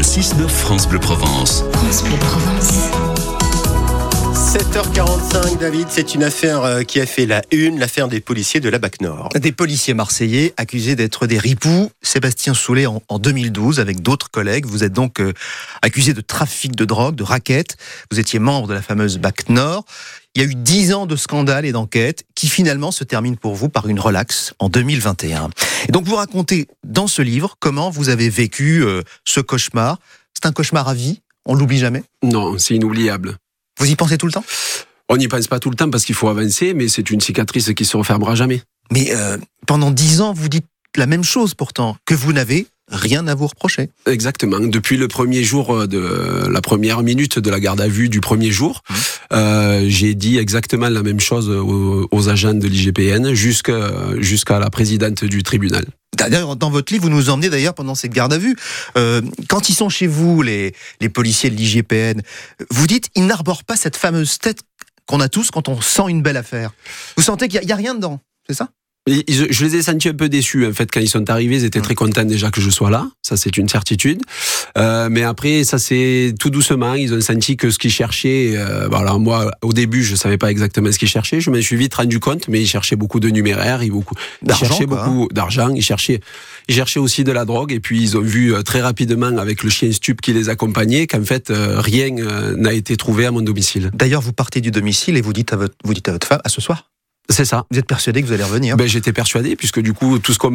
6-9 France Bleu Provence. France Bleu Provence. 7h45, David, c'est une affaire qui a fait la une, l'affaire des policiers de la BAC-Nord. Des policiers marseillais accusés d'être des ripoux. Sébastien Soulet en 2012 avec d'autres collègues. Vous êtes donc accusé de trafic de drogue, de racket. Vous étiez membre de la fameuse BAC-Nord. Il y a eu 10 ans de scandales et d'enquêtes qui finalement se terminent pour vous par une relaxe en 2021. Et donc vous racontez dans ce livre comment vous avez vécu ce cauchemar. C'est un cauchemar à vie, on l'oublie jamais? Non, c'est inoubliable. Vous y pensez tout le temps? On n'y pense pas tout le temps parce qu'il faut avancer, mais c'est une cicatrice qui se refermera jamais. Mais pendant 10 ans, vous dites la même chose pourtant, que vous n'avez rien à vous reprocher. Exactement. Depuis le premier jour de la première minute de la garde à vue du premier jour, j'ai dit exactement la même chose aux agents de l'IGPN jusqu'à la présidente du tribunal. D'ailleurs, dans votre livre, vous nous emmenez d'ailleurs pendant cette garde à vue. Quand ils sont chez vous, les policiers de l'IGPN, vous dites, ils n'arborent pas cette fameuse tête qu'on a tous quand on sent une belle affaire. Vous sentez qu'il n'y a rien dedans, c'est ça ? Je les ai sentis un peu déçus en fait quand ils sont arrivés. Ils étaient très contents déjà que je sois là, ça c'est une certitude. Mais après ça c'est tout doucement. Ils ont senti que ce qu'ils cherchaient. Alors moi au début je savais pas exactement ce qu'ils cherchaient. Je me suis vite rendu compte, mais ils cherchaient beaucoup de numéraires, ils cherchaient beaucoup d'argent. Ils cherchaient aussi de la drogue. Et puis ils ont vu très rapidement avec le chien stup qui les accompagnait qu'en fait rien n'a été trouvé à mon domicile. D'ailleurs vous partez du domicile et vous dites à votre femme, à ce soir. C'est ça. Vous êtes persuadé que vous allez revenir? J'étais persuadé, puisque du coup, tout ce qu'on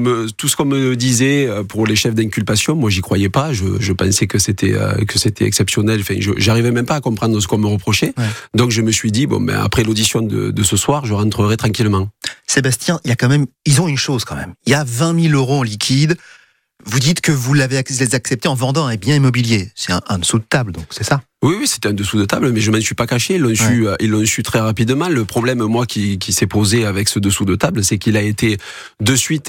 me disait pour les chefs d'inculpation, moi, j'y croyais pas. Je pensais que c'était exceptionnel. Enfin, j'arrivais même pas à comprendre ce qu'on me reprochait. Ouais. Donc, je me suis dit, après l'audition de ce soir, je rentrerai tranquillement. Sébastien, ils ont une chose quand même. Il y a 20 000 euros en liquide. Vous dites que vous les accepté en vendant un bien immobilier. C'est un dessous de table, donc c'est ça? Oui, c'était un dessous de table, mais je ne m'en suis pas caché. Ils l'ont su très rapidement. Le problème, moi, qui s'est posé avec ce dessous de table, c'est qu'il a été de suite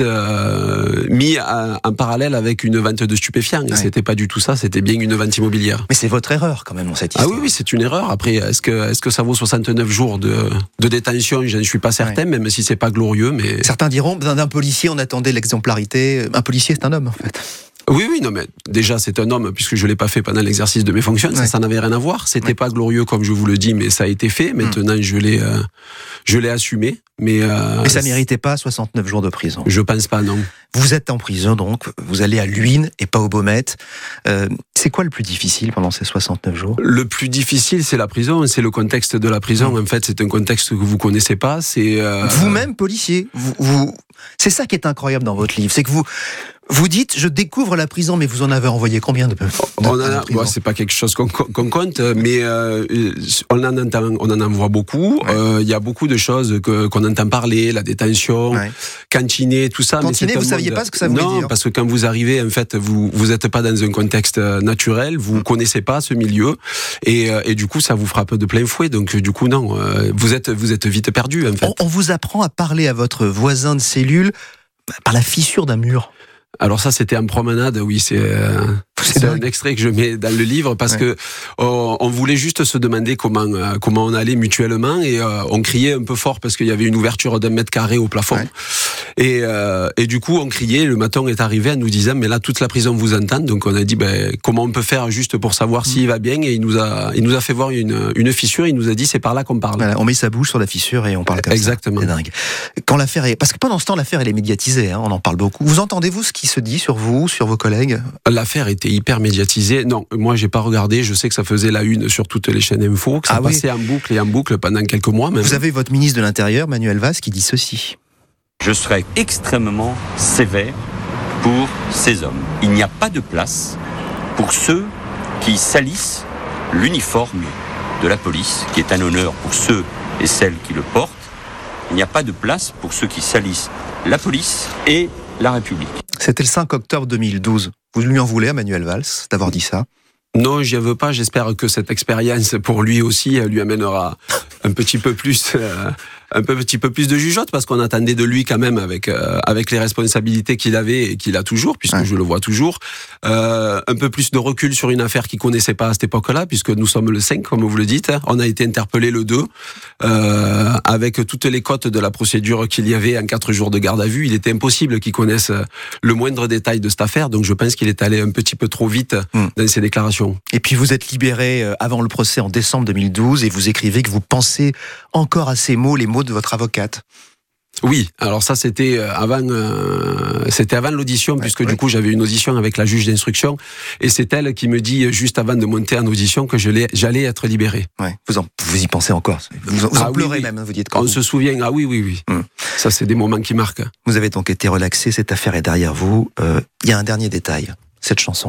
mis en parallèle avec une vente de stupéfiants. Et c'était pas du tout ça, c'était bien une vente immobilière. Mais c'est votre erreur, quand même, dans cette histoire. Ah oui, c'est une erreur. Après, est-ce que ça vaut 69 jours de détention? Je ne suis pas certain, même si c'est pas glorieux. Mais certains diront, d'un policier, on attendait l'exemplarité. Un policier, c'est un homme, en fait. Oui, non, mais déjà, c'est un homme, puisque je l'ai pas fait pendant l'exercice de mes fonctions. Ça n'avait rien à voir. C'était pas glorieux, comme je vous le dis, mais ça a été fait. Maintenant, je l'ai assumé. Mais ça méritait pas 69 jours de prison. Je pense pas, non. Vous êtes en prison, donc. Vous allez à Luynes et pas au Baumette. C'est quoi le plus difficile pendant ces 69 jours? Le plus difficile, c'est la prison. C'est le contexte de la prison. En fait, c'est un contexte que vous connaissez pas. C'est vous-même policier. C'est ça qui est incroyable dans votre livre. C'est que vous dites, je découvre la prison, mais vous en avez envoyé combien de c'est pas quelque chose qu'on compte, mais on en envoie beaucoup. Il y a beaucoup de choses qu'on entend parler, la détention, cantiner, tout ça. Cantiner, vous saviez pas ce que ça voulait dire? Non, parce que quand vous arrivez, en fait, vous êtes pas dans un contexte naturel, vous connaissez pas ce milieu, et du coup, ça vous frappe de plein fouet. Donc, du coup, non, vous êtes vite perdu, en fait. On vous apprend à parler à votre voisin de cellule par la fissure d'un mur. Alors ça, c'était en promenade, oui, c'est un extrait que je mets dans le livre parce que on voulait juste se demander comment on allait mutuellement et on criait un peu fort parce qu'il y avait une ouverture d'1 mètre carré au plafond et du coup on criait. Le matin est arrivé en nous disant mais là toute la prison vous entend, donc on a dit comment on peut faire juste pour savoir s'il va bien, et il nous a fait voir une fissure. Il nous a dit c'est par là qu'on parle. Voilà, on met sa bouche sur la fissure et on parle comme exactement. Ça. C'est dingue. Quand l'affaire parce que pendant ce temps l'affaire elle est médiatisée, on en parle beaucoup. Vous entendez-vous ce qui se dit sur vous, sur vos collègues? L'affaire était hyper médiatisée. Non, moi j'ai pas regardé. Je sais que ça faisait la une sur toutes les chaînes info, que ça passait en boucle et en boucle pendant quelques mois même. Vous avez votre ministre de l'Intérieur, Manuel Valls, qui dit ceci. Je serai extrêmement sévère pour ces hommes. Il n'y a pas de place pour ceux qui salissent l'uniforme de la police, qui est un honneur pour ceux et celles qui le portent. Il n'y a pas de place pour ceux qui salissent la police et la République. C'était le 5 octobre 2012. Vous lui en voulez à Manuel Valls d'avoir dit ça? Non, j'y veux pas. J'espère que cette expérience, pour lui aussi, lui amènera un petit peu plus un petit peu plus de jugeote parce qu'on attendait de lui quand même avec les responsabilités qu'il avait et qu'il a toujours, puisque je le vois toujours. Un peu plus de recul sur une affaire qu'il connaissait pas à cette époque-là, puisque nous sommes le 5, comme vous le dites. On a été interpellé le 2, avec toutes les cotes de la procédure qu'il y avait en 4 jours de garde à vue. Il était impossible qu'il connaisse le moindre détail de cette affaire, donc je pense qu'il est allé un petit peu trop vite dans ses déclarations. Et puis vous êtes libéré avant le procès en décembre 2012 et vous écrivez que vous pensez encore à ces mots, les mots de votre avocate. Oui, alors ça c'était avant l'audition, puisque du coup j'avais une audition avec la juge d'instruction et c'est elle qui me dit juste avant de monter en audition que j'allais être libéré. Ouais. Vous y pensez encore, vous en pleurez oui. Même, vous dites quand on se souvient, oui. Ça c'est des moments qui marquent. Vous avez donc été relaxé, cette affaire est derrière vous. Il y a un dernier détail, cette chanson.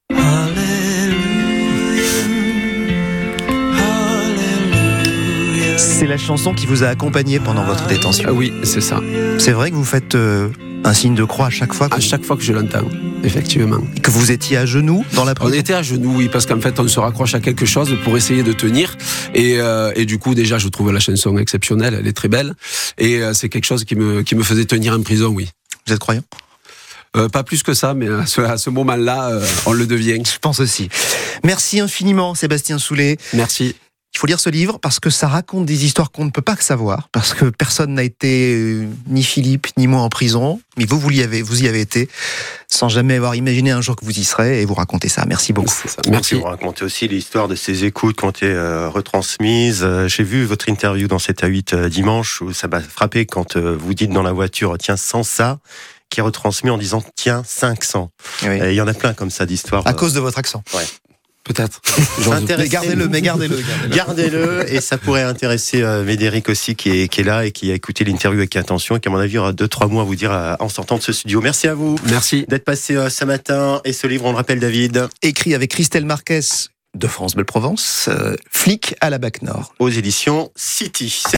C'est la chanson qui vous a accompagné pendant votre détention. Oui, c'est ça. C'est vrai que vous faites un signe de croix à chaque fois À chaque fois que je l'entends, effectivement. Que vous étiez à genoux dans la prison. On était à genoux, oui, parce qu'en fait, on se raccroche à quelque chose pour essayer de tenir. Et du coup, déjà, je trouve la chanson exceptionnelle, elle est très belle. Et c'est quelque chose qui me faisait tenir en prison, oui. Vous êtes croyant ? Pas plus que ça, mais à ce moment-là, on le devient. Je pense aussi. Merci infiniment, Sébastien Soulet. Merci. Il faut lire ce livre parce que ça raconte des histoires qu'on ne peut pas savoir, parce que personne n'a été, ni Philippe, ni moi en prison, mais vous y avez été, sans jamais avoir imaginé un jour que vous y serez, et vous racontez ça. Merci beaucoup. Merci. Vous racontez aussi l'histoire de ces écoutes qui ont été retransmises. J'ai vu votre interview dans 7 à 8 dimanche, où ça m'a frappé quand vous dites dans la voiture, tiens, sans ça, qui est retransmis en disant, tiens, 500. Oui. Il y en a plein comme ça d'histoires. À cause de votre accent. Ouais. Peut-être. Mais gardez-le. Gardez-le, et ça pourrait intéresser Médéric aussi, qui est là et qui a écouté l'interview avec attention, et qui à mon avis aura 2-3 mots à vous dire en sortant de ce studio. Merci à vous. Merci d'être passé ce matin. Et ce livre, on le rappelle, David, écrit avec Christelle Marquez de France Bleu Provence, Flic à la Bac Nord. aux éditions City.